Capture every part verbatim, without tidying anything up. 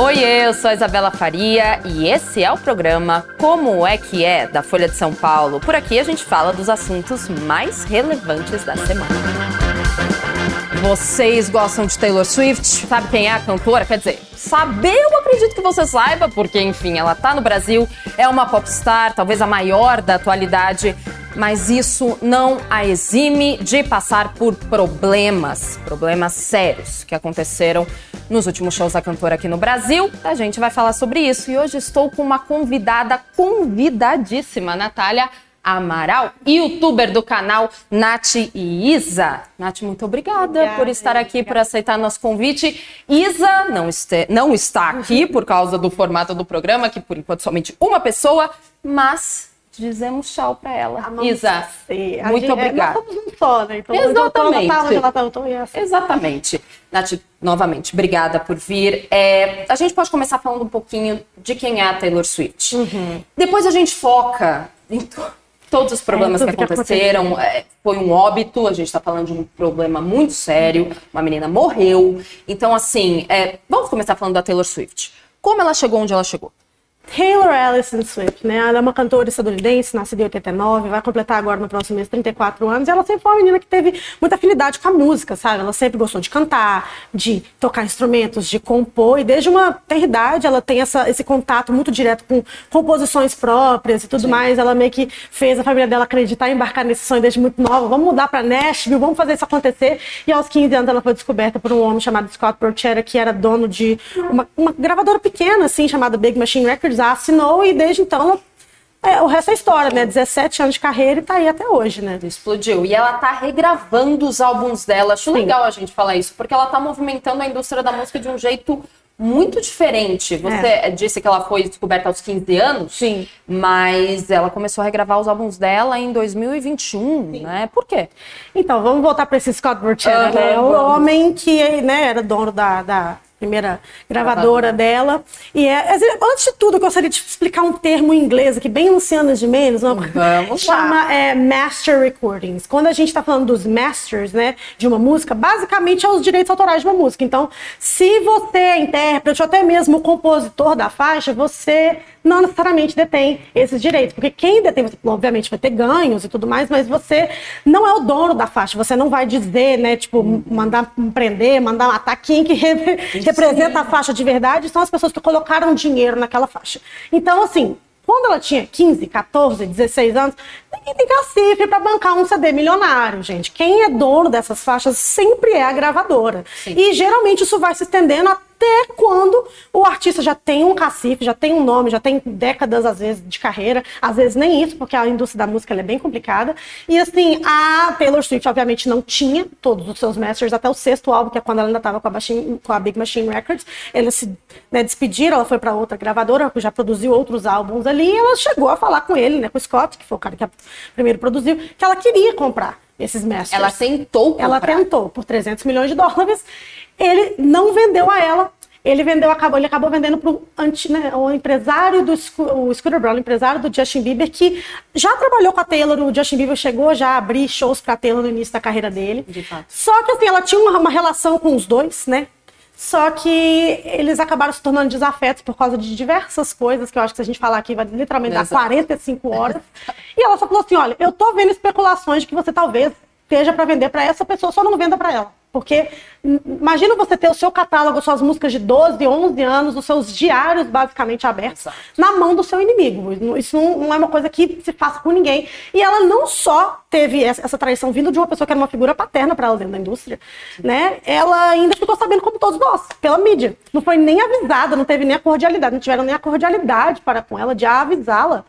Oiê, eu sou a Isabela Faria e esse é o programa Como é que é, da Folha de São Paulo. Por aqui a gente fala dos assuntos mais relevantes da semana. Vocês gostam de Taylor Swift? Sabe quem é a cantora? Quer dizer, saber eu acredito que você saiba, porque, enfim, ela tá no Brasil, é uma popstar, talvez a maior da atualidade, mas isso não a exime de passar por problemas, problemas sérios que aconteceram nos últimos shows da cantora aqui no Brasil. A gente vai falar sobre isso e hoje estou com uma convidada convidadíssima, Natália Amaral, youtuber do canal Nath e Isa. Nath, muito obrigada, obrigada por estar aqui, obrigada. Por aceitar nosso convite. Isa não, este, não está aqui por causa do formato do programa, que por enquanto somente uma pessoa, mas dizemos tchau pra ela. Amamos Isa, ser. muito gente, obrigada. Nós somos um só, né? Então, exatamente. Tá onde ela tá, eu tô, e assim. Exatamente. Nath, novamente, obrigada por vir. É, a gente pode começar falando um pouquinho de quem é a Taylor Swift. Uhum. Depois a gente foca em to- todos os problemas é, que aconteceram. Que é, foi um óbito, a gente está falando de um problema muito sério. Uma menina morreu. Então, assim, é, vamos começar falando da Taylor Swift. Como ela chegou onde ela chegou? Taylor Allison Swift, né? Ela é uma cantora estadunidense, nascida em oitenta e nove, vai completar agora no próximo mês trinta e quatro anos, e ela sempre foi uma menina que teve muita afinidade com a música, sabe? Ela sempre gostou de cantar, de tocar instrumentos, de compor, e desde uma tenra idade ela tem essa, esse contato muito direto com composições próprias e tudo Sim. mais. Ela meio que fez a família dela acreditar e embarcar nesse sonho desde muito nova. Vamos mudar pra Nashville, vamos fazer isso acontecer. E aos quinze anos ela foi descoberta por um homem chamado Scott Borchetta, que era dono de uma, uma gravadora pequena, assim, chamada Big Machine Records. A assinou e desde então ela, é, o resto é história, né? dezessete anos de carreira e tá aí até hoje, né? Explodiu. E ela tá regravando os álbuns dela. Acho Sim. legal a gente falar isso, porque ela tá movimentando a indústria da música de um jeito muito diferente. Você é. disse que ela foi descoberta aos quinze anos, Sim. mas ela começou a regravar os álbuns dela em dois mil e vinte e um, Sim. né? Por quê? Então, vamos voltar para esse Scott Borchetta, uhum, né? O vamos. homem que, né, era dono da... da... primeira gravadora dela. E é, antes de tudo, eu gostaria de explicar um termo em inglês aqui, bem anos de menos. Vamos chama é, Master Recordings. Quando a gente está falando dos masters, né, de uma música, basicamente é os direitos autorais de uma música. Então, se você é intérprete ou até mesmo o compositor da faixa, você não necessariamente detém esses direitos. Porque quem detém, você, obviamente, vai ter ganhos e tudo mais, mas você não é o dono da faixa. Você não vai dizer, né, tipo, hum. mandar prender, mandar matar quem que representa a faixa de verdade, são as pessoas que colocaram dinheiro naquela faixa. Então, assim, quando ela tinha quinze, catorze, dezesseis anos, ninguém tem cacife para bancar um C D milionário, gente. Quem é dono dessas faixas sempre é a gravadora. Sim. E geralmente isso vai se estendendo até quando o artista já tem um cacife, já tem um nome, já tem décadas, às vezes, de carreira. Às vezes nem isso, porque a indústria da música ela é bem complicada. E assim, a Taylor Swift, obviamente, não tinha todos os seus masters até o sexto álbum, que é quando ela ainda estava com, com a Big Machine Records. Eles se né, despediram, ela foi para outra gravadora, que já produziu outros álbuns ali, e ela chegou a falar com ele, né, com o Scott, que foi o cara que primeiro produziu, que ela queria comprar esses masters. Ela tentou comprar. Ela tentou, por trezentos milhões de dólares. Ele não vendeu a ela. Ele vendeu, acabou, ele acabou vendendo para né, o empresário do o Scooter Braun, o empresário do Justin Bieber, que já trabalhou com a Taylor. O Justin Bieber chegou já a abrir shows para a Taylor no início da carreira dele. De fato. Só que assim, ela tinha uma, uma relação com os dois, né? Só que eles acabaram se tornando desafetos por causa de diversas coisas, que eu acho que se a gente falar aqui vai literalmente Exato. dar quarenta e cinco horas. E ela só falou assim, olha, eu tô vendo especulações de que você talvez esteja para vender para essa pessoa, só não venda para ela. Porque imagina você ter o seu catálogo, suas músicas de doze, onze anos, os seus diários basicamente abertos Exato. na mão do seu inimigo. Isso não, não é uma coisa que se faça com ninguém. E ela não só teve essa, essa traição vindo de uma pessoa que era uma figura paterna para ela dentro da indústria, né? Ela ainda ficou sabendo, como todos nós, pela mídia. Não foi nem avisada, não teve nem a cordialidade, não tiveram nem a cordialidade para com ela de avisá-la.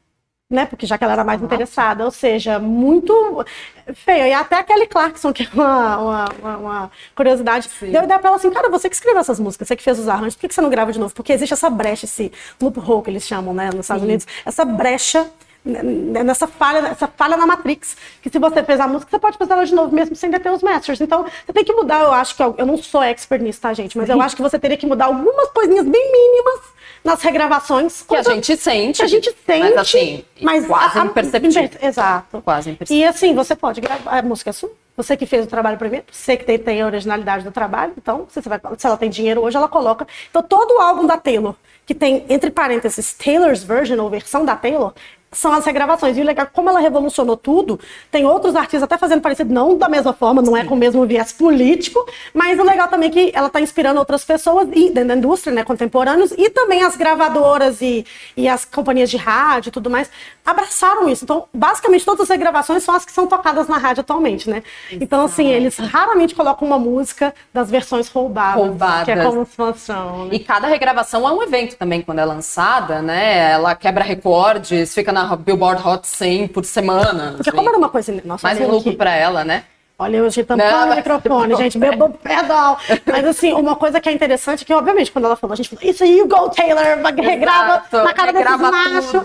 Né? Porque já que ela era mais interessada, ou seja, muito feio. E até a Kelly Clarkson, que é uma, uma, uma, uma curiosidade, Sim. deu ideia pra ela assim, cara, você que escreveu essas músicas, você que fez os arranjos, por que você não grava de novo? Porque existe essa brecha, esse loophole que eles chamam, né, nos Estados Sim. Unidos, essa brecha nessa falha, nessa falha na Matrix, que se você fez a música, você pode fazer ela de novo, mesmo sem deter os masters. Então, você tem que mudar, eu acho que, eu, eu não sou expert nisso, tá, gente? Mas eu acho que você teria que mudar algumas coisinhas bem mínimas nas regravações. Que a gente sente. Que a gente sente. Mas assim, mas quase a, a, imperceptível. Exato. Quase imperceptível. E assim, você pode gravar, a música é sua, você que fez o trabalho primeiro, você que tem, tem a originalidade do trabalho, então, se, você vai, se ela tem dinheiro hoje, ela coloca. Então, todo o álbum da Taylor, que tem, entre parênteses, Taylor's version, ou versão da Taylor, são as regravações. E o legal, como ela revolucionou tudo, tem outros artistas até fazendo parecido, não da mesma forma, não é com o mesmo viés político, mas o legal também é que ela está inspirando outras pessoas e, dentro da indústria, né, contemporâneos, e também as gravadoras e, e as companhias de rádio e tudo mais, abraçaram isso. Então, basicamente, todas as regravações são as que são tocadas na rádio atualmente, né? Exato. Então, assim, eles raramente colocam uma música das versões roubadas, roubadas. Que é como se funciona. E cada regravação é um evento também, quando é lançada, né? Ela quebra recordes, fica na Billboard Hot cem por semana. Porque como era uma coisa... Nossa, mais um lucro pra ela, né? Olha, eu hoje tampando o microfone, gente, meu perdão. Mas assim, uma coisa que é interessante é que, obviamente, quando ela falou, a gente falou, isso aí, you go, Taylor, regrava Exato, na cara desses machos.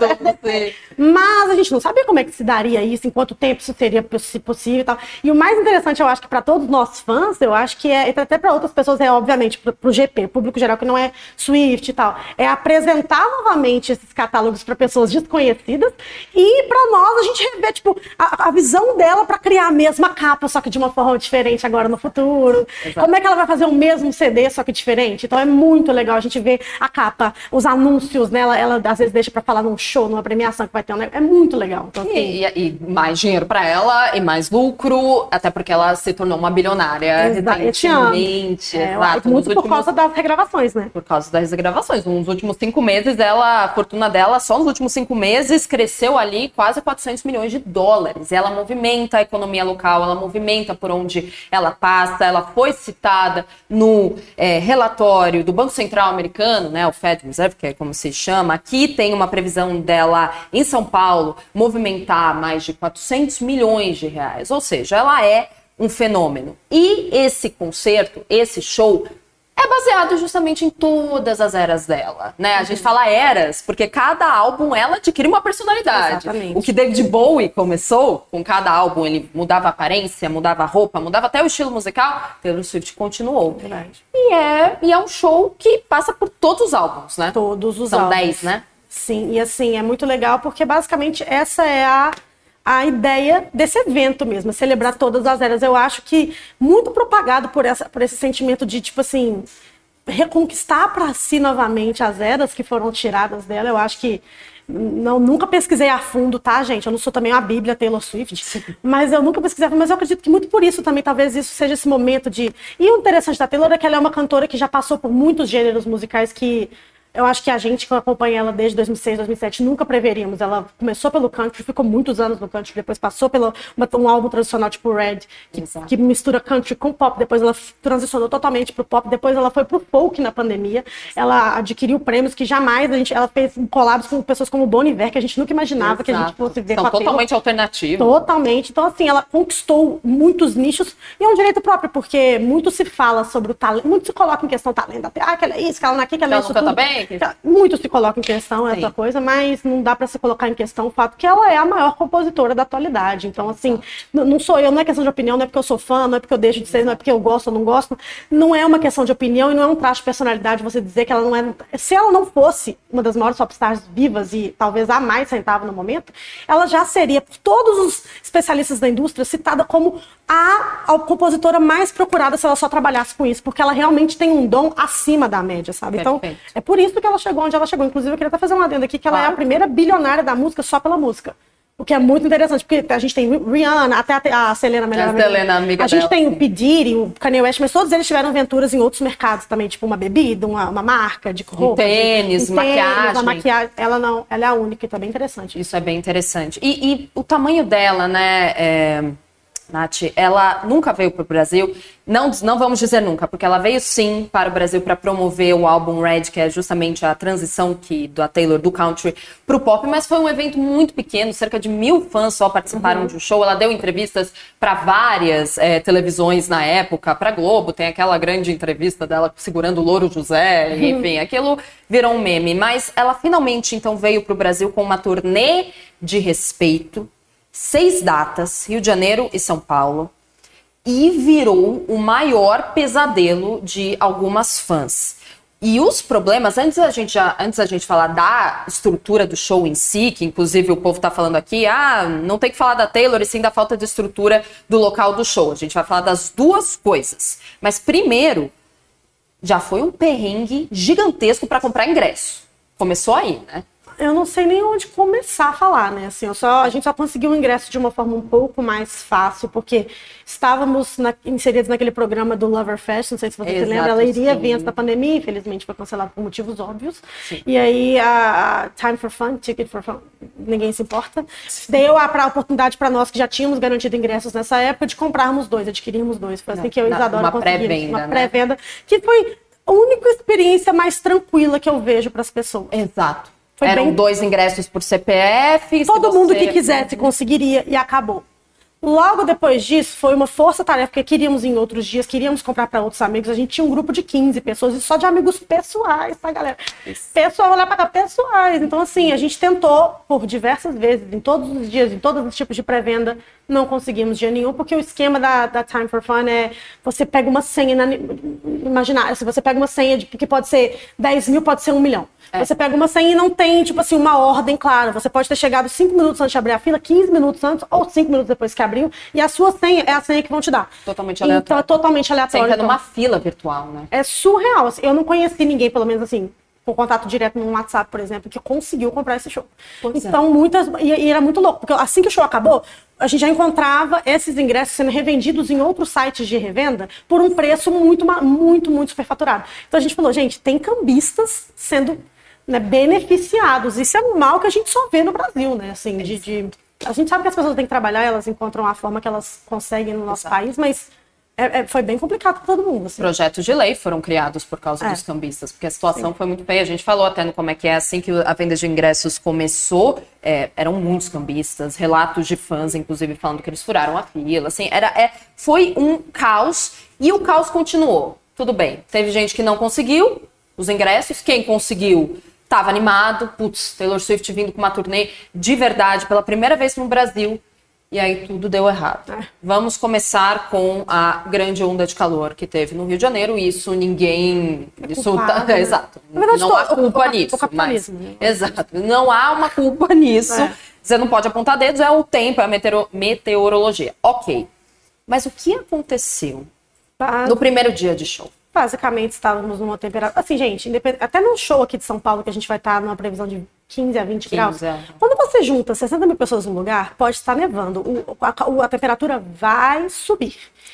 Mas a gente não sabia como é que se daria isso, em quanto tempo isso seria possível e tal. E o mais interessante, eu acho que para todos nós fãs, eu acho que é, até para outras pessoas, é obviamente pro, pro G P, público geral, que não é Swift e tal, é apresentar novamente esses catálogos para pessoas desconhecidas e para nós a gente rever, tipo, a, a visão dela para criar a mesma capa, só que de uma forma diferente agora no futuro. Exato. Como é que ela vai fazer o mesmo C D, só que diferente? Então é muito legal a gente ver a capa, os anúncios, né? Ela, ela às vezes deixa pra falar num show, numa premiação que vai ter um negócio. É muito legal. Então, assim... e, e, e mais dinheiro pra ela, e mais lucro, até porque ela se tornou uma bilionária recentemente. É, Exato. Muito por últimos... causa das regravações, né? Por causa das regravações. Nos últimos cinco meses, ela, a fortuna dela, só nos últimos cinco meses, cresceu ali quase quatrocentos milhões de dólares. Ela movimenta a economia local, ela movimenta por onde ela passa, ela foi citada no é, relatório do Banco Central americano, né, o Fed Reserve, que é como se chama. Aqui tem uma previsão dela em São Paulo movimentar mais de quatrocentos milhões de reais, ou seja, ela é um fenômeno. E esse concerto, esse show, é baseado justamente em todas as eras dela, né? A gente fala eras, porque cada álbum ela adquire uma personalidade. Exatamente. O que David Bowie começou, com cada álbum ele mudava a aparência, mudava a roupa, mudava até o estilo musical, Taylor Swift continuou. Verdade. E é, e é um show que passa por todos os álbuns, né? Todos os São álbuns. São dez, né? Sim, e assim, é muito legal porque basicamente essa é a... a ideia desse evento mesmo, celebrar todas as eras. Eu acho que muito propagado por, essa, por esse sentimento de, tipo assim, reconquistar para si novamente as eras que foram tiradas dela. Eu acho que, não, nunca pesquisei a fundo, tá, gente? Eu não sou também uma bíblia Taylor Swift, mas eu nunca pesquisei a fundo, mas eu acredito que muito por isso também, talvez isso seja esse momento de... E o interessante da Taylor é que ela é uma cantora que já passou por muitos gêneros musicais que... Eu acho que a gente que acompanha ela desde dois mil e seis, dois mil e sete nunca preveríamos. Ela começou pelo country, ficou muitos anos no country, depois passou pelo uma, um álbum tradicional tipo Red, que, que mistura country com pop, depois ela transicionou totalmente pro pop, depois ela foi pro folk na pandemia. Ela adquiriu prêmios que jamais a gente... Ela fez collabs com pessoas como Bon Iver, que a gente nunca imaginava. Exato. Que a gente fosse ver. São com a totalmente alternativos. Totalmente. Então, assim, ela conquistou muitos nichos e é um direito próprio, porque muito se fala sobre o talento, muito se coloca em questão o talento. Ah, que ela é isso, que ela não é aqui, que ela é isso tudo. Bem? Muito se coloca em questão essa Sim. coisa, mas não dá pra se colocar em questão o fato que ela é a maior compositora da atualidade. Então, assim, não sou eu, não é questão de opinião, não é porque eu sou fã, não é porque eu deixo de ser, não é porque eu gosto ou não gosto. Não é uma questão de opinião e não é um traço de personalidade você dizer que ela não é... Se ela não fosse uma das maiores popstars vivas e talvez a mais centavo no momento, ela já seria, por todos os especialistas da indústria, citada como a, a compositora mais procurada se ela só trabalhasse com isso, porque ela realmente tem um dom acima da média, sabe? Perfeito. Então, é por isso que ela chegou onde ela chegou. Inclusive, eu queria até fazer uma adenda aqui, que ela claro. é a primeira bilionária da música só pela música. O que é muito interessante, porque a gente tem Rihanna, até a Selena, melhor a amiga. Selena, amiga a gente dela, tem sim. o P. Diddy, o Kanye West, mas todos eles tiveram aventuras em outros mercados também, tipo uma bebida, uma, uma marca de roupa. Um tênis, de, um maquiagem. Tênis, uma maquiagem. Ela não, ela é a única, e tá bem interessante. Isso é bem interessante. E, e o tamanho dela, né, é... Nath, ela nunca veio para o Brasil, não, não vamos dizer nunca, porque ela veio sim para o Brasil para promover o álbum Red, que é justamente a transição que, da Taylor do country para o pop, mas foi um evento muito pequeno, cerca de mil fãs só participaram uhum. de um show. Ela deu entrevistas para várias é, televisões na época, para Globo, tem aquela grande entrevista dela segurando o Louro José, uhum. enfim, aquilo virou um meme, mas ela finalmente então veio para o Brasil com uma turnê de respeito, seis datas, Rio de Janeiro e São Paulo, e virou o maior pesadelo de algumas fãs. E os problemas, antes a gente já, antes a gente falar da estrutura do show em si, que inclusive o povo tá falando aqui, ah, não tem que falar da Taylor e sim da falta de estrutura do local do show. A gente vai falar das duas coisas. Mas primeiro, já foi um perrengue gigantesco para comprar ingresso. Começou aí, né? Eu não sei nem onde começar a falar, né? Assim, eu só, a gente só conseguiu o ingresso de uma forma um pouco mais fácil, porque estávamos na, inseridos naquele programa do Lover Fest, não sei se você Exato, se lembra, ela iria sim. vir antes da pandemia, infelizmente foi cancelado por motivos óbvios. Sim. E aí a, a Time for Fun, Ticket for Fun, ninguém se importa, deu a, pra, oportunidade para nós que já tínhamos garantido ingressos nessa época de comprarmos dois, adquirirmos dois. Foi assim não, que eu e Isadora uma conseguimos. Pré-venda, uma né? pré-venda, que foi a única experiência mais tranquila que eu vejo para as pessoas. Exato. Foi Eram bem... dois ingressos por C P F. Todo você... mundo que quisesse conseguiria e acabou. Logo depois disso, foi uma força-tarefa, porque queríamos em outros dias, queríamos comprar para outros amigos. A gente tinha um grupo de quinze pessoas, e só de amigos pessoais, tá, galera? Isso. Pessoal, olhar para cá, pessoais. Então, assim, a gente tentou por diversas vezes, em todos os dias, em todos os tipos de pré-venda, não conseguimos dia nenhum, porque o esquema da, da Time for Fun é, você pega uma senha, na, imaginária, se você pega uma senha de, que pode ser dez mil, pode ser um milhão. É. Você pega uma senha e não tem, tipo assim, uma ordem clara. Você pode ter chegado cinco minutos antes de abrir a fila, quinze minutos antes, ou cinco minutos depois que abriu, e a sua senha é a senha que vão te dar. Totalmente aleatório. Então é totalmente aleatório. Você entra então, numa fila virtual, né? É surreal. Assim, eu não conheci ninguém, pelo menos assim, com contato direto no WhatsApp, por exemplo, que conseguiu comprar esse show. Pois então, é. muitas... E, e era muito louco, porque assim que o show acabou, a gente já encontrava esses ingressos sendo revendidos em outros sites de revenda por um preço muito, muito, muito superfaturado. Então a gente falou, gente, tem cambistas sendo... né, beneficiados. Isso é um mal que a gente só vê no Brasil, né? Assim, de, de... A gente sabe que as pessoas têm que trabalhar, elas encontram a forma que elas conseguem no nosso Exato. país, mas é, é, foi bem complicado para todo mundo. Assim. Projetos de lei foram criados por causa é. dos cambistas, porque a situação Sim. foi muito feia. A gente falou até no Como é que é, assim que a venda de ingressos começou, é, eram muitos cambistas, relatos de fãs, inclusive, falando que eles furaram a fila. Assim, era, é, foi um caos e o caos continuou. Tudo bem, teve gente que não conseguiu os ingressos, quem conseguiu... Tava animado, putz, Taylor Swift vindo com uma turnê de verdade pela primeira vez no Brasil, e aí tudo deu errado. É. Vamos começar com a grande onda de calor que teve no Rio de Janeiro, isso ninguém... É isso culpado, tá, né? Exato, verdade, não há culpa o, nisso. O capitalismo. Mas, exato, não há uma culpa nisso. É. Você não pode apontar dedos, é o tempo, é a meteoro, meteorologia. Ok, mas o que aconteceu tá. no primeiro dia de show? Basicamente, estávamos numa temperatura... Assim, gente, independ... até no show aqui de São Paulo, que a gente vai estar numa previsão de quinze a vinte graus, é. quando você junta sessenta mil pessoas num lugar, pode estar nevando. O, a, a temperatura vai subir.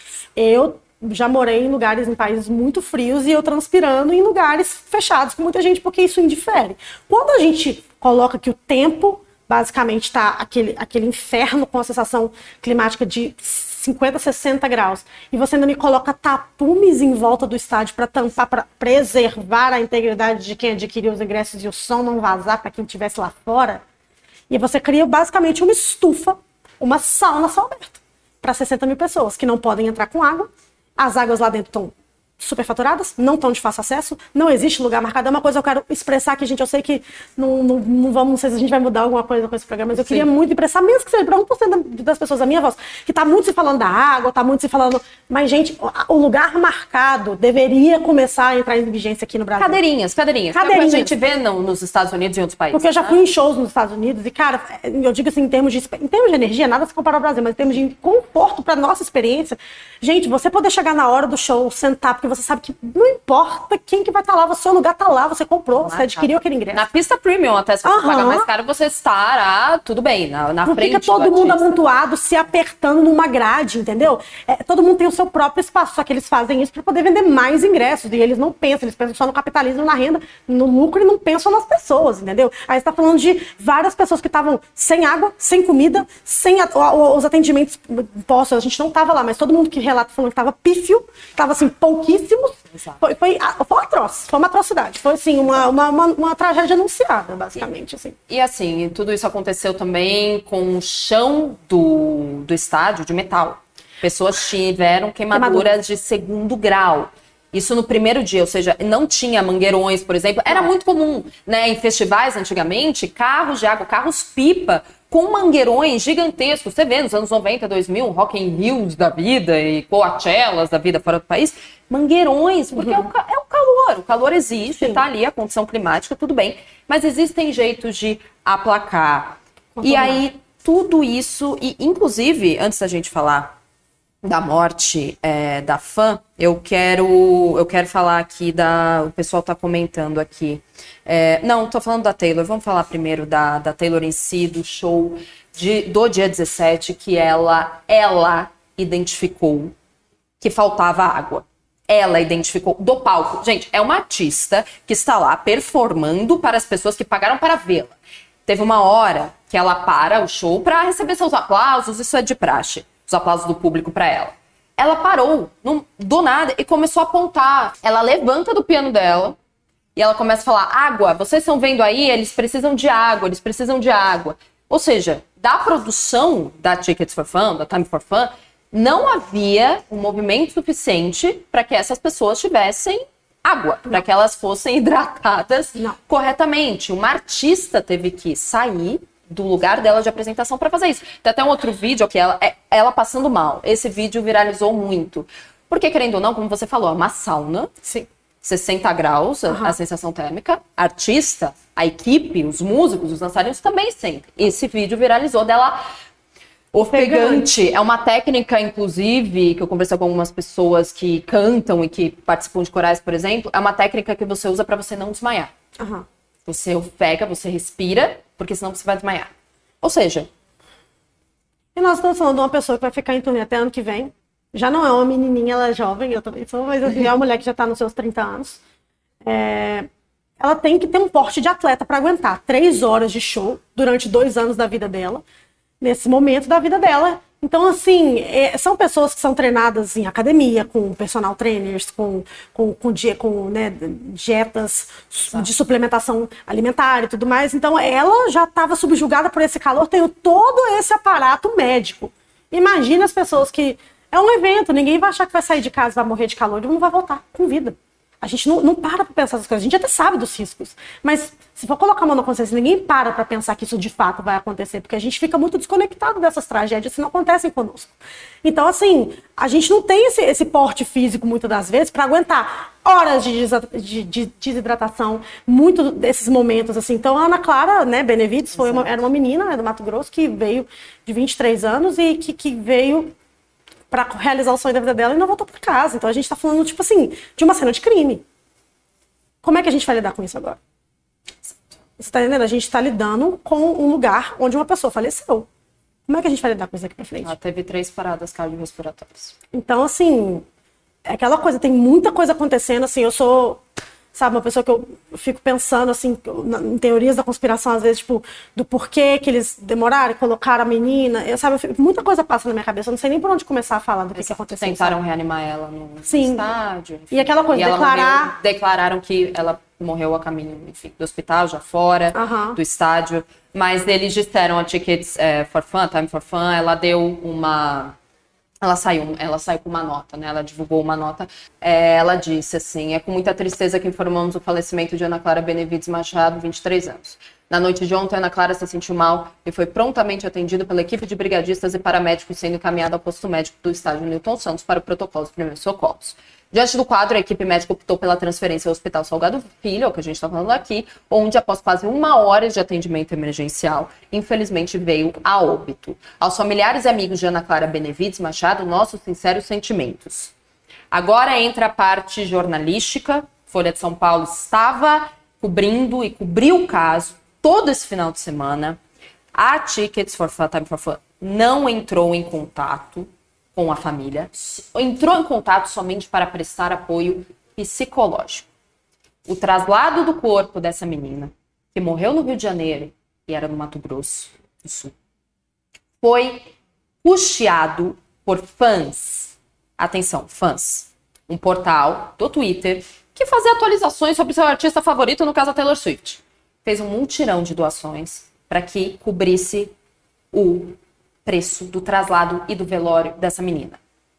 Eu já morei em lugares, em países muito frios, e eu transpirando em lugares fechados com muita gente, porque isso indifere. Quando a gente coloca que o tempo, basicamente, está aquele, aquele inferno com a sensação climática de cinquenta, sessenta graus, e você ainda me coloca tapumes em volta do estádio para tampar, para preservar a integridade de quem adquiriu os ingressos e o som não vazar para quem estivesse lá fora, e você cria basicamente uma estufa, uma sauna céu aberto, para sessenta mil pessoas que não podem entrar com água, as águas lá dentro estão superfaturadas, não estão de fácil acesso, não existe lugar marcado. É uma coisa que eu quero expressar aqui, gente. Eu sei que não, não, não vamos, não sei se a gente vai mudar alguma coisa com esse programa, mas eu Sim. queria muito expressar, mesmo que seja para um por cento das pessoas, a minha voz, que tá muito se falando da água, tá muito se falando. Mas, gente, o lugar marcado deveria começar a entrar em vigência aqui no Brasil. Cadeirinhas, cadeirinhas. Cadeirinhas. Que é pra gente ver no, nos Estados Unidos e em outros países. Porque eu já né? fui em shows nos Estados Unidos e, cara, eu digo assim, em termos de, em termos de energia, nada se compara ao Brasil, mas em termos de conforto pra nossa experiência, gente, você poder chegar na hora do show, sentar, porque você sabe que não importa quem que vai estar tá lá, o seu lugar tá lá, você comprou, você adquiriu aquele ingresso. Na pista premium, até se você uhum. pagar mais caro, você estará, tudo bem, na, na não frente. Não fica todo mundo amontoado, se apertando numa grade, entendeu? É, todo mundo tem o seu próprio espaço, só que eles fazem isso para poder vender mais ingressos, e eles não pensam, eles pensam só no capitalismo, na renda, no lucro, e não pensam nas pessoas, entendeu? Aí você tá falando de várias pessoas que estavam sem água, sem comida, sem a, os atendimentos postos, a gente não tava lá, mas todo mundo que relata falando que tava pífio, tava assim, pouquíssimos. Exato. Foi, foi, foi atroz, foi uma atrocidade. Foi, assim, uma, uma, uma, uma tragédia anunciada, basicamente. Assim. E, e, assim, tudo isso aconteceu também com o chão do, do estádio de metal. Pessoas tiveram queimaduras Queimadura. de segundo grau. Isso no primeiro dia, ou seja, não tinha mangueirões, por exemplo. Era muito comum, né, em festivais antigamente, carros de água, carros-pipa, com mangueirões gigantescos. Você vê nos anos noventa, dois mil, Rock in Rio da vida e Coachellas da vida fora do país, mangueirões, porque uhum. é, o, é o calor. O calor existe, está ali a condição climática, tudo bem. Mas existem jeitos de aplacar. E aí, tudo isso... E, inclusive, antes da gente falar da morte é, da fã, eu quero, eu quero falar aqui da... O pessoal está comentando aqui. É, não, tô falando da Taylor. Vamos falar primeiro da, da Taylor em si, do show de, do dia dezessete, que ela, ela identificou que faltava água. Ela identificou do palco. Gente, é uma artista que está lá performando para as pessoas que pagaram para vê-la. Teve uma hora que ela para o show para receber seus aplausos, isso é de praxe, os aplausos do público para ela. Ela parou, não, do nada, e começou a apontar. Ela levanta do piano dela e ela começa a falar, água, vocês estão vendo aí? Eles precisam de água, eles precisam de água. Ou seja, da produção da Tickets for Fun, da Time for Fun, não havia um movimento suficiente para que essas pessoas tivessem água, para que elas fossem hidratadas não. corretamente. Uma artista teve que sair do lugar dela de apresentação para fazer isso. Tem até um outro vídeo que ela, é ela passando mal. Esse vídeo viralizou muito. Porque, querendo ou não, como você falou, é uma sauna. Sim. sessenta graus, uhum. a, a sensação térmica. Artista, a equipe, os músicos, os dançarinos também sentem. Esse vídeo viralizou dela... Ofegante. É uma técnica, inclusive, que eu conversei com algumas pessoas que cantam e que participam de corais, por exemplo. É uma técnica que você usa para você não desmaiar. Uhum. Você ofega, você respira, porque senão você vai desmaiar. Ou seja... E nós estamos falando de uma pessoa que vai ficar em turnê até ano que vem. Já não é uma menininha, ela é jovem, eu também sou, mas assim, é uma mulher que já está nos seus trinta anos. É... Ela tem que ter um porte de atleta para aguentar três horas de show durante dois anos da vida dela. Nesse momento da vida dela. Então, assim, é, são pessoas que são treinadas em academia, com personal trainers, com, com, com, die, com né, dietas Exato. de suplementação alimentar e tudo mais. Então, ela já estava subjugada por esse calor, tem todo esse aparato médico. Imagina as pessoas que... É um evento, ninguém vai achar que vai sair de casa, vai morrer de calor e não vai voltar com vida. A gente não, não para pra pensar essas coisas, a gente até sabe dos riscos. Mas se for colocar a mão na consciência, ninguém para pra pensar que isso de fato vai acontecer, porque a gente fica muito desconectado dessas tragédias que não acontecem conosco. Então, assim, a gente não tem esse, esse porte físico, muitas das vezes, pra aguentar horas de, de, de desidratação, muito desses momentos, assim. Então, a Ana Clara, né, Benevides, foi uma, era uma menina, né, do Mato Grosso, que veio de vinte e três anos e que, que veio... para realizar o sonho da vida dela e não voltou para casa. Então a gente tá falando, tipo assim, de uma cena de crime. Como é que a gente vai lidar com isso agora? Você tá entendendo? A gente tá lidando com um lugar onde uma pessoa faleceu. Como é que a gente vai lidar com isso aqui pra frente? Ela teve três paradas cardiorrespiratórias. Então, assim, é aquela coisa, tem muita coisa acontecendo, assim, eu sou... Sabe, uma pessoa que eu fico pensando, assim, em teorias da conspiração, às vezes, tipo, do porquê que eles demoraram e colocaram a menina. Eu, sabe, eu fico, muita coisa passa na minha cabeça, eu não sei nem por onde começar a falar do que, que aconteceu. Tentaram sabe? reanimar ela no, no Sim. estádio. Enfim. E aquela coisa, e declarar... Morreu, declararam que ela morreu a caminho, enfim, do hospital, já fora, uh-huh. do estádio. Mas eles disseram a Tickets é, for Fun, Time for Fun, ela deu uma... Ela saiu, ela saiu com uma nota, né? Ela divulgou uma nota. É, ela disse assim, é com muita tristeza que informamos o falecimento de Ana Clara Benevides Machado, vinte e três anos. Na noite de ontem, Ana Clara se sentiu mal e foi prontamente atendida pela equipe de brigadistas e paramédicos, sendo encaminhada ao posto médico do estádio Newton Santos para o protocolo de primeiros socorros. Diante do quadro, a equipe médica optou pela transferência ao Hospital Salgado Filho, é o que a gente está falando aqui, onde, após quase uma hora de atendimento emergencial, infelizmente veio a óbito. Aos familiares e amigos de Ana Clara Benevides Machado, nossos sinceros sentimentos. Agora entra a parte jornalística. Folha de São Paulo estava cobrindo e cobriu o caso todo esse final de semana. A Tickets for Fun, Time for Fun não entrou em contato com a família, entrou em contato somente para prestar apoio psicológico. O traslado do corpo dessa menina, que morreu no Rio de Janeiro e era no Mato Grosso do Sul, foi custeado por fãs. Atenção, fãs. Um portal do Twitter que fazia atualizações sobre seu artista favorito, no caso a Taylor Swift. Fez um mutirão de doações para que cobrisse o preço do traslado e do velório dessa menina.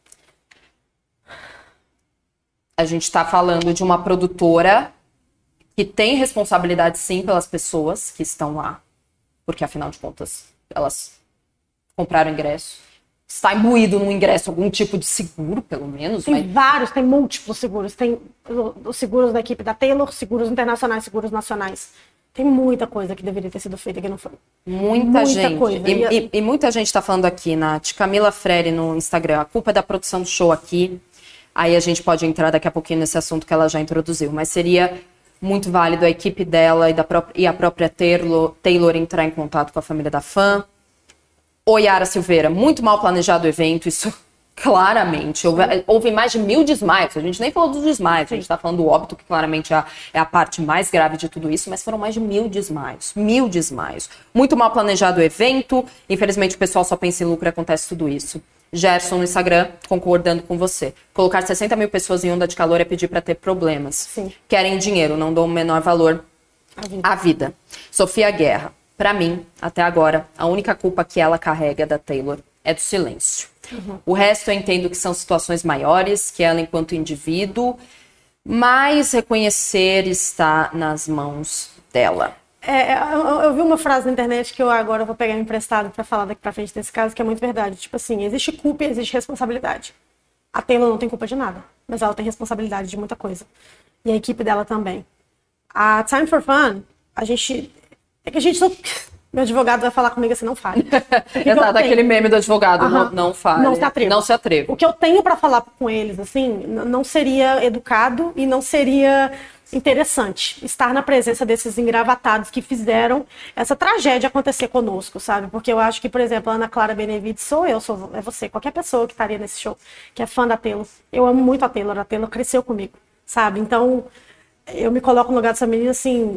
A gente está falando de uma produtora que tem responsabilidade, sim, pelas pessoas que estão lá, porque, afinal de contas, elas compraram ingresso. está imbuído no ingresso algum tipo de seguro, pelo menos. Tem mas... vários, tem múltiplos seguros. Tem os seguros da equipe da Taylor, seguros internacionais, seguros nacionais. Tem muita coisa que deveria ter sido feita que não foi. Muita, muita gente. Coisa. E, e, e muita gente está falando aqui, Nath. Camila Freire no Instagram. A culpa é da produção do show aqui. Aí a gente pode entrar daqui a pouquinho nesse assunto que ela já introduziu. Mas seria muito válido a equipe dela e, da própria, e a própria Taylor, Taylor entrar em contato com a família da fã. O Yara Silveira, muito mal planejado o evento, isso claramente. Houve, houve mais de mil desmaios. A gente nem falou dos desmaios, a gente está falando do óbito, que claramente é a, é a parte mais grave de tudo isso, mas foram mais de mil desmaios. Mil desmaios. Muito mal planejado o evento. Infelizmente, o pessoal só pensa em lucro e acontece tudo isso. Gerson no Instagram, concordando com você. Colocar sessenta mil pessoas em onda de calor é pedir para ter problemas. Sim. Querem dinheiro, não dão o menor valor à vida. à vida. Sofia Guerra. Para mim, até agora, a única culpa que ela carrega da Taylor é do silêncio. Uhum. O resto eu entendo que são situações maiores, que ela enquanto indivíduo, mas reconhecer está nas mãos dela. É, eu, eu vi uma frase na internet que eu agora vou pegar emprestado para falar daqui para frente desse caso, que é muito verdade. Tipo assim, existe culpa e existe responsabilidade. A Taylor não tem culpa de nada, mas ela tem responsabilidade de muita coisa. E a equipe dela também. A Time for Fun, a gente... É que a gente não... Meu advogado vai falar comigo assim, não fale. Exato, aquele meme do advogado, uhum. não, não fale. Não se atreva. Não se atreva. O que eu tenho para falar com eles, assim, não seria educado e não seria interessante estar na presença desses engravatados que fizeram essa tragédia acontecer conosco, sabe? Porque eu acho que, por exemplo, a Ana Clara Benevides sou eu, sou, é você, qualquer pessoa que estaria nesse show, que é fã da Taylor. Eu amo muito a Taylor, a Taylor cresceu comigo, sabe? Então, eu me coloco no lugar dessa menina, assim...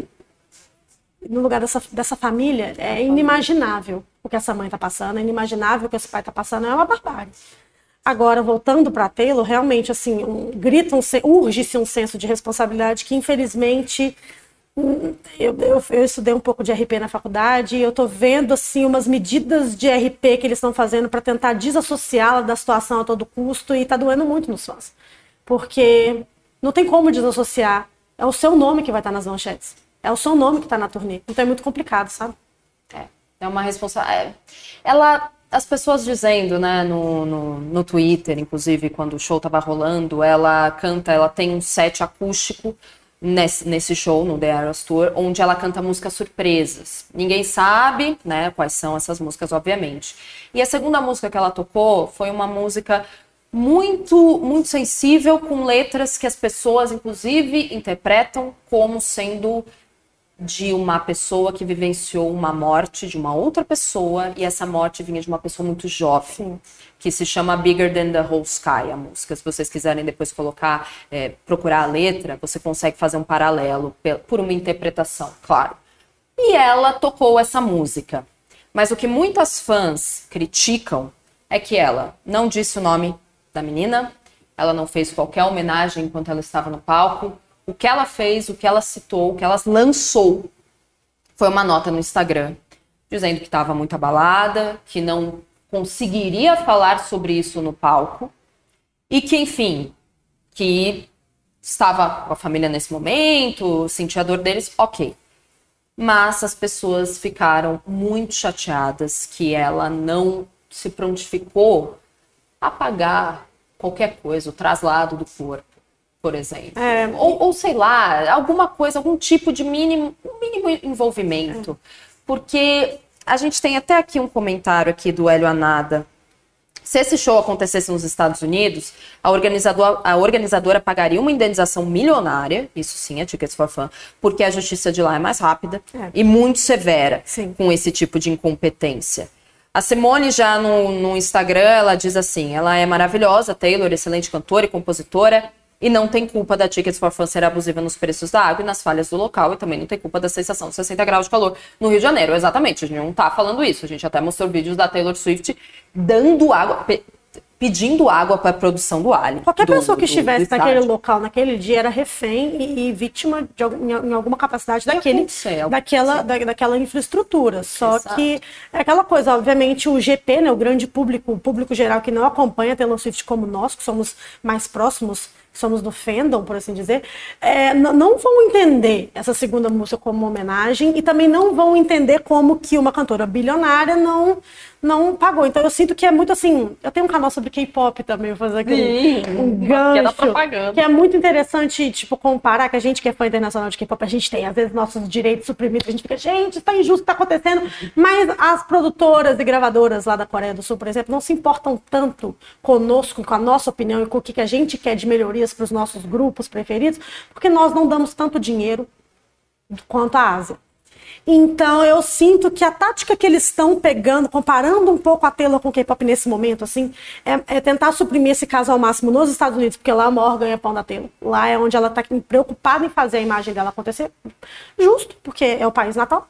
no lugar dessa, dessa família, é inimaginável o que essa mãe tá passando, é inimaginável o que esse pai tá passando, é uma barbárie. Agora, voltando para Taylor, realmente, assim, um, grita, um, urge-se um senso de responsabilidade que, infelizmente, eu, eu, eu estudei um pouco de R P na faculdade e eu tô vendo, assim, umas medidas de R P que eles estão fazendo para tentar desassociá-la da situação a todo custo e tá doendo muito nos fãs. Porque não tem como desassociar, é o seu nome que vai estar nas manchetes. É o seu nome que tá na turnê. Então é muito complicado, sabe? É, é uma responsabilidade. Ela, as pessoas dizendo, né, no, no, no Twitter, inclusive, quando o show tava rolando, ela canta, ela tem um set acústico nesse, nesse show, no The Eras Tour, onde ela canta músicas surpresas. Ninguém sabe, né, quais são essas músicas, obviamente. E a segunda música que ela tocou foi uma música muito, muito sensível, com letras que as pessoas, inclusive, interpretam como sendo de uma pessoa que vivenciou uma morte de uma outra pessoa, e essa morte vinha de uma pessoa muito jovem. Sim. Que se chama Bigger Than the Whole Sky, a música. Se vocês quiserem depois colocar, é, procurar a letra, você consegue fazer um paralelo por uma interpretação, claro. E ela tocou essa música. Mas o que muitas fãs criticam é que ela não disse o nome da menina, ela não fez qualquer homenagem enquanto ela estava no palco. O que ela fez, o que ela citou, o que ela lançou foi uma nota no Instagram dizendo que estava muito abalada, que não conseguiria falar sobre isso no palco e que, enfim, que estava com a família nesse momento, sentia a dor deles, ok. Mas as pessoas ficaram muito chateadas que ela não se prontificou a pagar qualquer coisa, o traslado do corpo, por exemplo. É, ou, ou, sei lá, alguma coisa, algum tipo de mínimo, um mínimo envolvimento. É. Porque a gente tem até aqui um comentário aqui do Hélio Anada. Se esse show acontecesse nos Estados Unidos, a organizadora, a organizadora pagaria uma indenização milionária, isso sim, a Tickets for Fun, porque a justiça de lá é mais rápida é. e muito severa sim. com esse tipo de incompetência. A Simone já no, no Instagram, ela diz assim, ela é maravilhosa, Taylor, excelente cantora e compositora, e não tem culpa da Tickets for Fun ser abusiva nos preços da água e nas falhas do local, e também não tem culpa da sensação de sessenta graus de calor no Rio de Janeiro. Exatamente, a gente não tá falando isso, a gente até mostrou vídeos da Taylor Swift dando água, pe- pedindo água para a produção do Ali. Qualquer do, pessoa que do, estivesse do naquele local, naquele dia, era refém e, e vítima de, em alguma capacidade daquele, daquela, da, daquela infraestrutura. Só Exato. Que é aquela coisa, obviamente, o G P, né, o grande público, o público geral que não acompanha a Taylor Swift como nós, que somos mais próximos, somos do fandom, por assim dizer, é, n- não vão entender essa segunda música como uma homenagem e também não vão entender como que uma cantora bilionária não, não pagou. Então eu sinto que é muito assim, eu tenho um canal sobre K-pop também, vou fazer aquele Sim, um que é da gancho, propaganda. que é muito interessante, tipo, comparar, que a gente que é fã internacional de K-pop, a gente tem, às vezes, nossos direitos suprimidos, a gente fica, gente, tá injusto o que tá acontecendo, mas as produtoras e gravadoras lá da Coreia do Sul, por exemplo, não se importam tanto conosco, com a nossa opinião e com o que que a gente quer de melhorias para os nossos grupos preferidos, porque nós não damos tanto dinheiro quanto a Ásia. Então, eu sinto que a tática que eles estão pegando, comparando um pouco a Taylor com o K-pop nesse momento, assim, é, é tentar suprimir esse caso ao máximo nos Estados Unidos, porque lá é o maior ganha-pão da Taylor. Lá é onde ela está preocupada em fazer a imagem dela acontecer. Justo, porque é o país natal.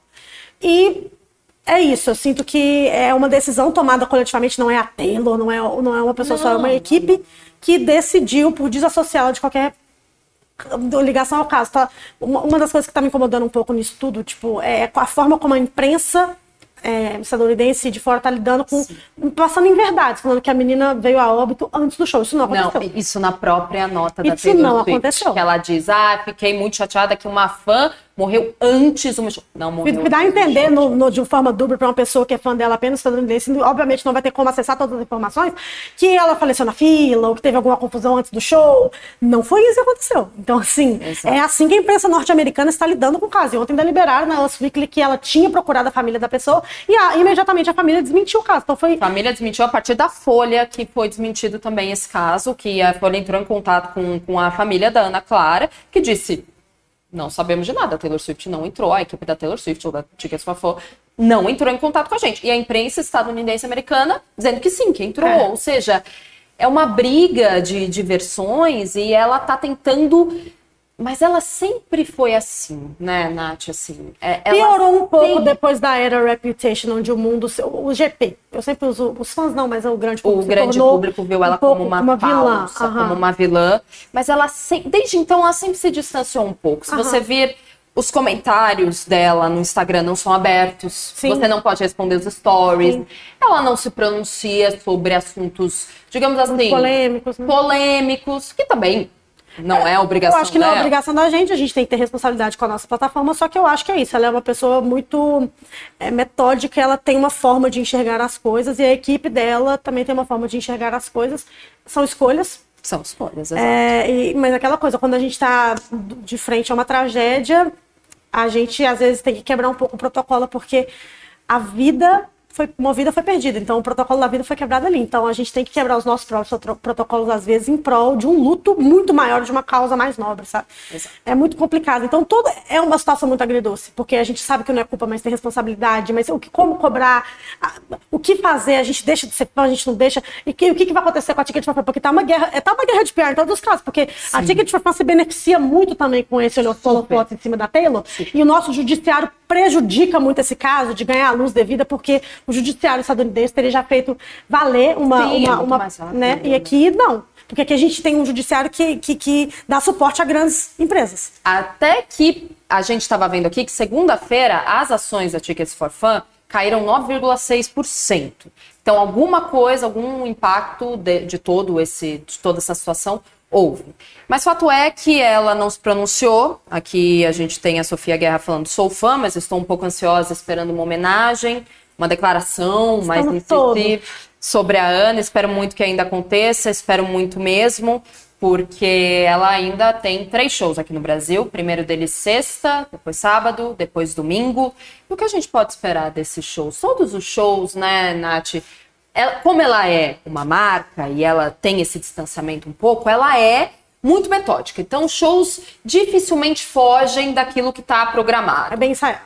E é isso, eu sinto que é uma decisão tomada coletivamente, não é a Taylor, não é, não é uma pessoa Não, só, é uma equipe que decidiu por desassociá-la de qualquer ligação ao caso, tá? Uma, uma das coisas que tá me incomodando um pouco nisso tudo, tipo, é a forma como a imprensa é, estadunidense de fora tá lidando com, Sim. passando em verdade, falando que a menina veio a óbito antes do show. Isso não aconteceu. Não, isso na própria nota da Isso Taylor não Swift, aconteceu. que ela diz, ah, fiquei muito chateada que uma fã morreu antes do meu show. Não, morreu. Me dá a entender no, no, de forma dúbia para uma pessoa que é fã dela apenas estadunidense, obviamente não vai ter como acessar todas as informações, que ela faleceu na fila, ou que teve alguma confusão antes do show. Não foi isso que aconteceu. Então, assim, Exato. é assim que a imprensa norte-americana está lidando com o caso. E ontem ainda liberaram na Us Weekly que ela tinha procurado a família da pessoa e a, imediatamente a família desmentiu o caso. Então foi... A família desmentiu a partir da Folha, que foi desmentido também esse caso, que a Folha entrou em contato com, com a família da Ana Clara, que disse... Não sabemos de nada, a Taylor Swift não entrou, a equipe da Taylor Swift ou da Tickets for Four não entrou em contato com a gente. E a imprensa estadunidense e americana dizendo que sim, que entrou. É. Ou seja, é uma briga de, de versões e ela tá tentando... Mas ela sempre foi assim, né, Nath? Assim, é, ela Piorou um pouco tem... depois da era Reputation, onde o mundo... O G P, eu sempre uso... Os fãs não, mas o grande público. O grande público viu ela um como uma, uma vilã. Falsa, como uma vilã. Mas ela sempre... Desde então, ela sempre se distanciou um pouco. Se Aham. você vir... Os comentários dela no Instagram não são abertos. Sim. Você não pode responder os stories. Sim. Ela não se pronuncia sobre assuntos, digamos assim... Muito polêmicos. Né? Polêmicos, que também... Não é obrigação Eu acho que não é obrigação da gente, a gente tem que ter responsabilidade com a nossa plataforma, só que eu acho que é isso, ela é uma pessoa muito é, metódica, ela tem uma forma de enxergar as coisas e a equipe dela também tem uma forma de enxergar as coisas, são escolhas. São escolhas, exato. É, e, mas aquela coisa, quando a gente está de frente a uma tragédia, a gente às vezes tem que quebrar um pouco o protocolo, porque a vida... Foi, uma vida foi perdida, então o protocolo da vida foi quebrado ali. Então a gente tem que quebrar os nossos próprios protocolos, às vezes, em prol de um luto muito maior, de uma causa mais nobre, sabe? Exato. É muito complicado. Então toda, é uma situação muito agridoce, porque a gente sabe que não é culpa, mas tem responsabilidade, mas o que, como cobrar, a, o que fazer, a gente deixa de ser fã, a gente não deixa, e que, o que, que vai acontecer com a Ticket for Fun? Porque tá uma guerra, é, tá uma guerra de P R em todos os casos, porque Sim. a Ticket for Fun se beneficia muito também com esse holofote em cima da Taylor, Sim. e o nosso judiciário prejudica muito esse caso de ganhar a luz devida, porque o judiciário estadunidense teria já feito valer uma... Sim, uma, é uma rápido, né? E aqui não, porque aqui a gente tem um judiciário que, que, que dá suporte a grandes empresas. Até que a gente estava vendo aqui que segunda-feira as ações da Tickets for Fun caíram nove vírgula seis por cento. Então alguma coisa, algum impacto de, de, todo esse, de toda essa situação houve. Mas fato é que ela não se pronunciou. Aqui a gente tem a Sofia Guerra falando, sou fã, mas estou um pouco ansiosa esperando uma homenagem, uma declaração mais incisiva sobre a Ana. Espero muito que ainda aconteça, espero muito mesmo, porque ela ainda tem três shows aqui no Brasil. O primeiro deles sexta, depois sábado, depois domingo. E o que a gente pode esperar desses shows? Todos os shows, né, Nath? Ela, como ela é uma marca e ela tem esse distanciamento um pouco, ela é muito metódica. Então, shows dificilmente fogem daquilo que está programado. É bem ensaiado.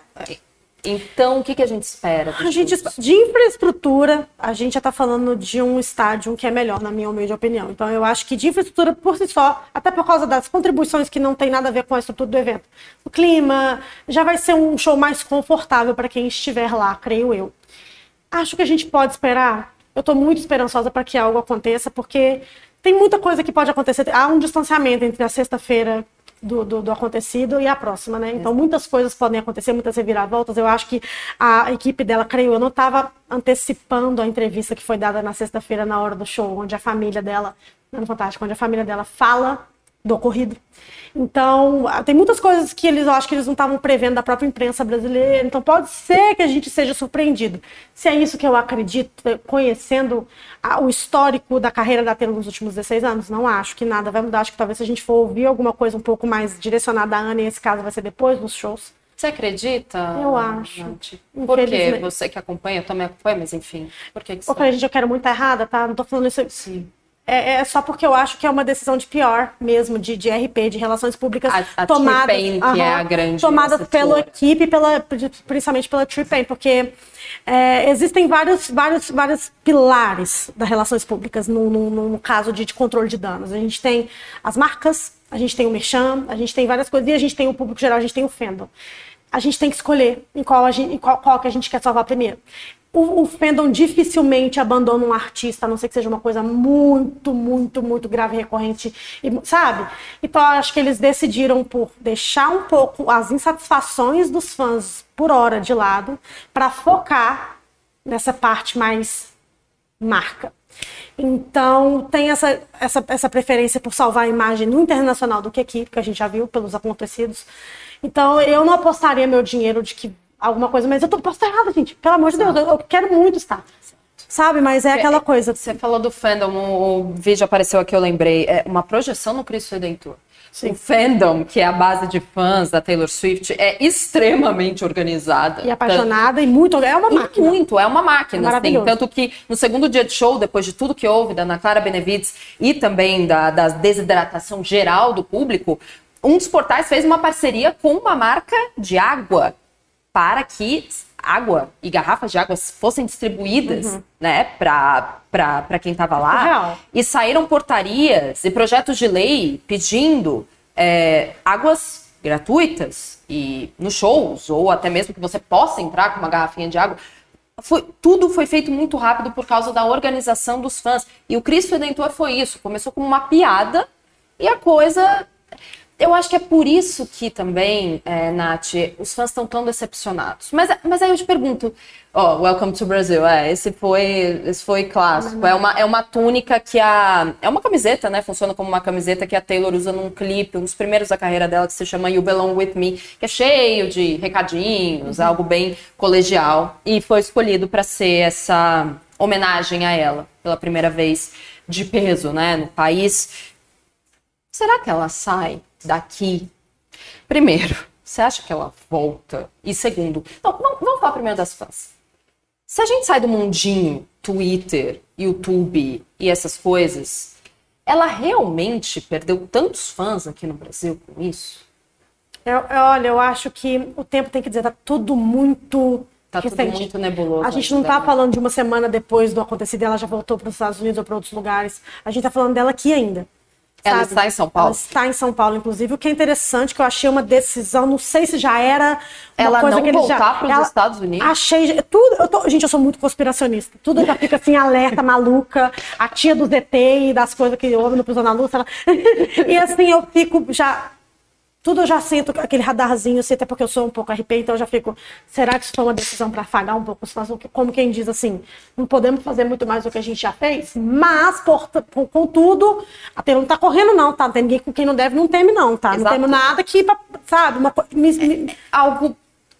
Então, o que, que a gente espera? A gente, de infraestrutura, a gente já está falando de um estádio que é melhor, na minha humilde opinião. Então, eu acho que de infraestrutura por si só, até por causa das contribuições que não tem nada a ver com a estrutura do evento, o clima, já vai ser um show mais confortável para quem estiver lá, creio eu. Acho que a gente pode esperar. Eu estou muito esperançosa para que algo aconteça, porque tem muita coisa que pode acontecer. Há um distanciamento entre a sexta-feira do, do, do acontecido e a próxima, né? Então, muitas coisas podem acontecer, muitas reviravoltas. Eu acho que a equipe dela, creio eu, não estava antecipando a entrevista que foi dada na sexta-feira, na hora do show, onde a família dela, no Fantástico, onde a família dela fala do ocorrido. Então, tem muitas coisas que eles, eu acho que eles não estavam prevendo da própria imprensa brasileira. Então, pode ser que a gente seja surpreendido. Se é isso que eu acredito, conhecendo a, o histórico da carreira da Taylor nos últimos dezesseis anos, não acho que nada vai mudar. Acho que talvez se a gente for ouvir alguma coisa um pouco mais direcionada à Ana, e esse caso vai ser depois dos shows. Você acredita? Eu acho. Por quê? Você que acompanha, eu também acompanho, mas enfim. Por que que você... Eu falei, gente, eu quero muito estar errada, tá? Não tô falando isso... Sim. É, é só porque eu acho que é uma decisão de P R mesmo, de, de R P, de relações públicas, a, a tomadas, T-Pain, que uh-huh, é a grande tomadas assessora. pela equipe, pela, principalmente pela T-Pain, porque é, existem vários, vários, vários pilares das relações públicas no, no, no caso de, de controle de danos. A gente tem as marcas, a gente tem o merchan, a gente tem várias coisas, e a gente tem o público geral, a gente tem o fandom. A gente tem que escolher em qual, a gente, em qual, qual que a gente quer salvar primeiro. O, o fandom dificilmente abandona um artista, a não ser que seja uma coisa muito, muito, muito grave, recorrente, e, sabe? Então, eu acho que eles decidiram por deixar um pouco as insatisfações dos fãs por hora de lado, para focar nessa parte mais marca. Então, tem essa, essa, essa preferência por salvar a imagem no internacional do que aqui, porque a gente já viu pelos acontecidos. Então, eu não apostaria meu dinheiro de que alguma coisa, mas eu tô, posso estar errada, gente. Pelo amor de Deus, eu, eu quero muito estar. Sabe? Mas é aquela coisa. Você falou do fandom, o vídeo apareceu aqui, eu lembrei. É uma projeção no Cristo Redentor. Sim. O fandom, que é a base de fãs da Taylor Swift, é extremamente organizada. E apaixonada, tanto... e muito. É uma máquina. E muito, é uma máquina. É assim, tanto que no segundo dia de show, depois de tudo que houve da Ana Clara Benevides e também da, da desidratação geral do público, um dos portais fez uma parceria com uma marca de água para que água e garrafas de água fossem distribuídas, uhum, né, para quem estava lá. Real. E saíram portarias e projetos de lei pedindo é, águas gratuitas e nos shows, ou até mesmo que você possa entrar com uma garrafinha de água. Foi, tudo foi feito muito rápido por causa da organização dos fãs. E o Cristo Redentor foi isso. Começou como uma piada e a coisa... Eu acho que é por isso que também, é, Nath, os fãs estão tão decepcionados. Mas, mas aí eu te pergunto, ó, oh, Welcome to Brazil, é, esse foi, esse foi clássico. É uma, é uma túnica que a... É uma camiseta, né? Funciona como uma camiseta que a Taylor usa num clipe, um dos primeiros da carreira dela, que se chama You Belong With Me, que é cheio de recadinhos, uhum, algo bem colegial. E foi escolhido para ser essa homenagem a ela, pela primeira vez de peso, né? No país. Será que ela sai daqui? Primeiro, você acha que ela volta? E segundo, não, vamos, vamos falar primeiro das fãs. Se a gente sai do mundinho, Twitter, YouTube e essas coisas, ela realmente perdeu tantos fãs aqui no Brasil com isso? Eu, eu, olha, eu acho que o tempo tem que dizer, tá tudo muito... Tá recente. Tudo muito nebuloso. A gente não tá falando de uma semana depois do acontecido, ela já voltou para os Estados Unidos ou para outros lugares. A gente tá falando dela aqui ainda. Ela Sabe? está em São Paulo? Ela está em São Paulo, inclusive. O que é interessante, que eu achei uma decisão, não sei se já era uma ela coisa não que eles já... voltar para os Estados Unidos? Achei... Tudo, eu tô, gente, eu sou muito conspiracionista. Tudo já fica assim, alerta, maluca. A tia do Z T e das coisas que houve no Prisão na Luz. Ela... E assim, eu fico já... Tudo eu já sinto aquele radarzinho, assim, até porque eu sou um pouco R P, então eu já fico... Será que isso foi uma decisão para afagar um pouco os fãs? Como quem diz assim, não podemos fazer muito mais do que a gente já fez, mas, por, por, contudo, a Taylor não tá correndo não, tá? Não tem ninguém com quem não deve, não teme não, tá? Exato. Não temos nada que, sabe, uma, me, me, algo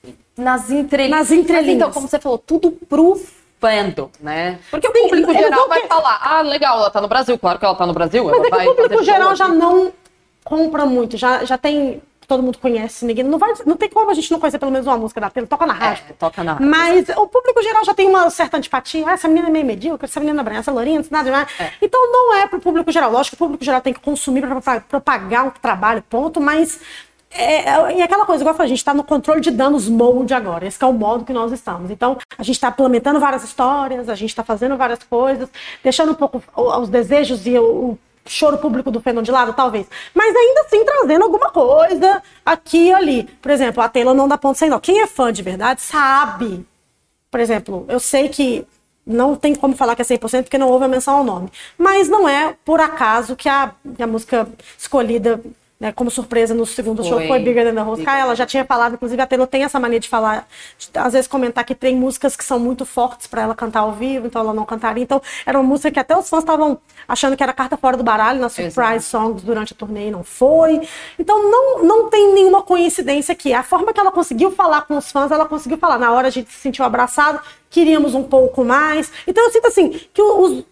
nas entrelinhas. Nas entrelinhas. Mas, então, como você falou, tudo pro fandom, né? Porque Sim, o público geral vai que... falar, ah, legal, ela tá no Brasil, claro que ela tá no Brasil. Mas ela é que vai o público geral já aqui. não compra muito, já, já tem... Todo mundo conhece, ninguém não vai, não tem como a gente não conhecer pelo menos uma música da Taylor, toca na rádio. É, toca na rádio. Mas o público geral já tem uma certa antipatia. Ah, essa menina é meio medíocre, essa menina é branca, essa lourinha, nada demais. É. Então não é pro público geral. Lógico que o público geral tem que consumir para propagar um trabalho, ponto, mas é, é aquela coisa, igual eu falei, a gente está no controle de danos mode agora. Esse é o modo que nós estamos. Então, a gente está implementando várias histórias, a gente está fazendo várias coisas, deixando um pouco os desejos e o choro público do fandom de lado, talvez. Mas ainda assim trazendo alguma coisa aqui e ali. Por exemplo, a Taylor não dá ponto sem nó. Quem é fã de verdade sabe. Por exemplo, eu sei que não tem como falar que é cem por cento porque não houve a menção ao nome. Mas não é por acaso que a, que a música escolhida né, como surpresa no segundo Foi. show, foi Bigger Than The Whole Sky. Ela já tinha falado, inclusive a Taylor tem essa mania de falar, de, às vezes comentar que tem músicas que são muito fortes pra ela cantar ao vivo, então ela não cantaria. Então era uma música que até os fãs estavam achando que era carta fora do baralho nas surprise Exato. Songs durante a turnê e não foi. Então não, não tem nenhuma coincidência aqui. A forma que ela conseguiu falar com os fãs, ela conseguiu falar. Na hora a gente se sentiu abraçado, queríamos um pouco mais. Então eu sinto assim, que os...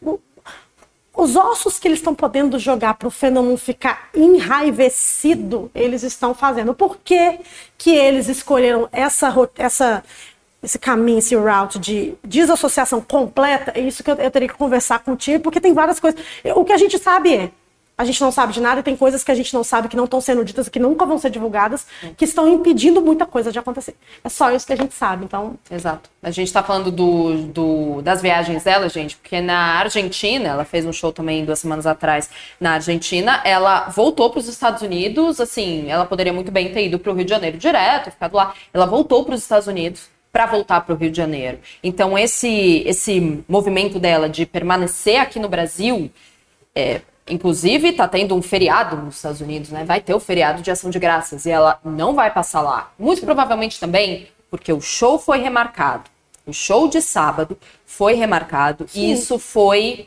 Os ossos que eles estão podendo jogar para o fenômeno ficar enraivecido, eles estão fazendo. Por que que eles escolheram essa, essa, esse caminho, esse route de desassociação completa? É isso que eu, eu teria que conversar contigo, porque tem várias coisas. O que a gente sabe é, a gente não sabe de nada e tem coisas que a gente não sabe, que não estão sendo ditas, que nunca vão ser divulgadas, que estão impedindo muita coisa de acontecer. É só isso que a gente sabe, então... Exato. A gente tá falando do, do, das viagens dela, gente, porque na Argentina, ela fez um show também duas semanas atrás na Argentina, ela voltou para os Estados Unidos, assim, ela poderia muito bem ter ido para o Rio de Janeiro direto, ficado lá. Ela voltou para os Estados Unidos para voltar para o Rio de Janeiro. Então, esse, esse movimento dela de permanecer aqui no Brasil... É, inclusive, tá tendo um feriado nos Estados Unidos, né? Vai ter o feriado de Ação de Graças e ela não vai passar lá. Muito provavelmente também porque o show foi remarcado. O show de sábado foi remarcado. Sim. E isso foi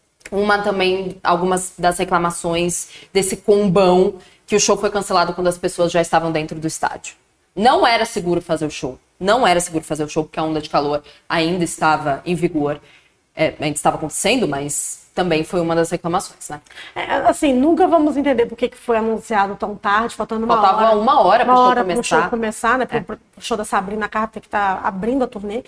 uma também, algumas das reclamações desse combão que o show foi cancelado quando as pessoas já estavam dentro do estádio. Não era seguro fazer o show. Não era seguro fazer o show porque a onda de calor ainda estava em vigor. É, ainda estava acontecendo, mas... também foi uma das reclamações, né? É, assim, nunca vamos entender por que foi anunciado tão tarde, faltando uma Faltava hora. Faltava uma hora para o show começar. Pro show começar, né? Pro, é. pro show da Sabrina Carpenter, que tá abrindo a turnê.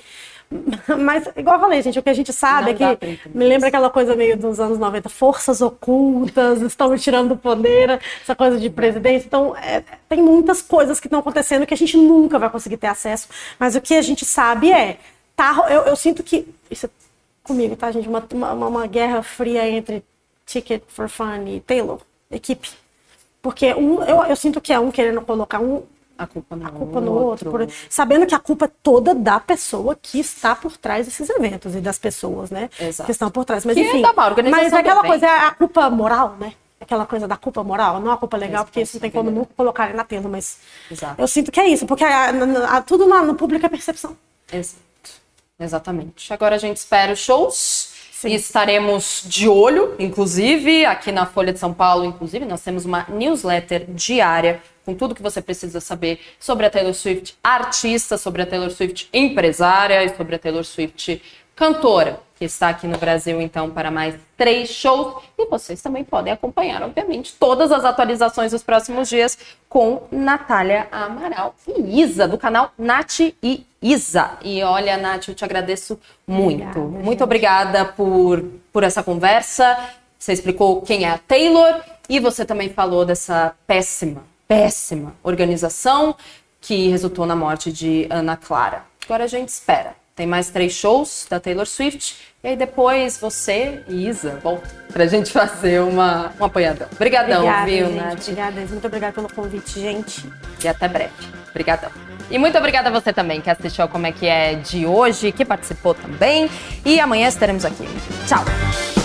Mas, igual eu falei, gente, o que a gente sabe não é que me lembra aquela coisa meio dos anos noventa, forças ocultas, estão me tirando do poder, essa coisa de presidência. Então, é, tem muitas coisas que estão acontecendo que a gente nunca vai conseguir ter acesso. Mas o que a gente sabe é, tá, eu, eu sinto que... Isso é comigo, tá, gente? Uma, uma, uma guerra fria entre Ticket for Fun e Taylor, equipe. Porque um, eu, eu sinto que é um querendo colocar um, a culpa no, a culpa outro. no outro, por, sabendo que a culpa é toda da pessoa que está por trás desses eventos e das pessoas, né? Exato. Que estão por trás. Mas que enfim, é mas é aquela coisa, é a culpa moral, né? Aquela coisa da culpa moral, não a culpa legal, porque isso não tem como nunca colocar na tela, mas Exato. Eu sinto que é isso, porque a, a, a, tudo no, no público é percepção. Exato. Exatamente. Agora a gente espera os shows. Sim. E estaremos de olho, inclusive, aqui na Folha de São Paulo, inclusive, nós temos uma newsletter diária com tudo que você precisa saber sobre a Taylor Swift artista, sobre a Taylor Swift empresária e sobre a Taylor Swift cantora, que está aqui no Brasil, então, para mais três shows. E vocês também podem acompanhar, obviamente, todas as atualizações dos próximos dias com Natália Amaral e Isa, do canal Nath e Isa. E olha, Nath, eu te agradeço muito. Obrigada, muito gente. Obrigada por, por essa conversa. Você explicou quem é a Taylor e você também falou dessa péssima, péssima organização que resultou na morte de Ana Clara. Agora a gente espera. Tem mais três shows da Taylor Swift. E aí depois você e Isa voltam pra gente fazer uma, um apoiadão. Obrigadão, obrigada, viu, gente, Nath? Obrigada, muito obrigada pelo convite, gente. E até breve. Obrigadão. E muito obrigada a você também que assistiu ao Como é que é de hoje, que participou também. E amanhã estaremos aqui. Tchau!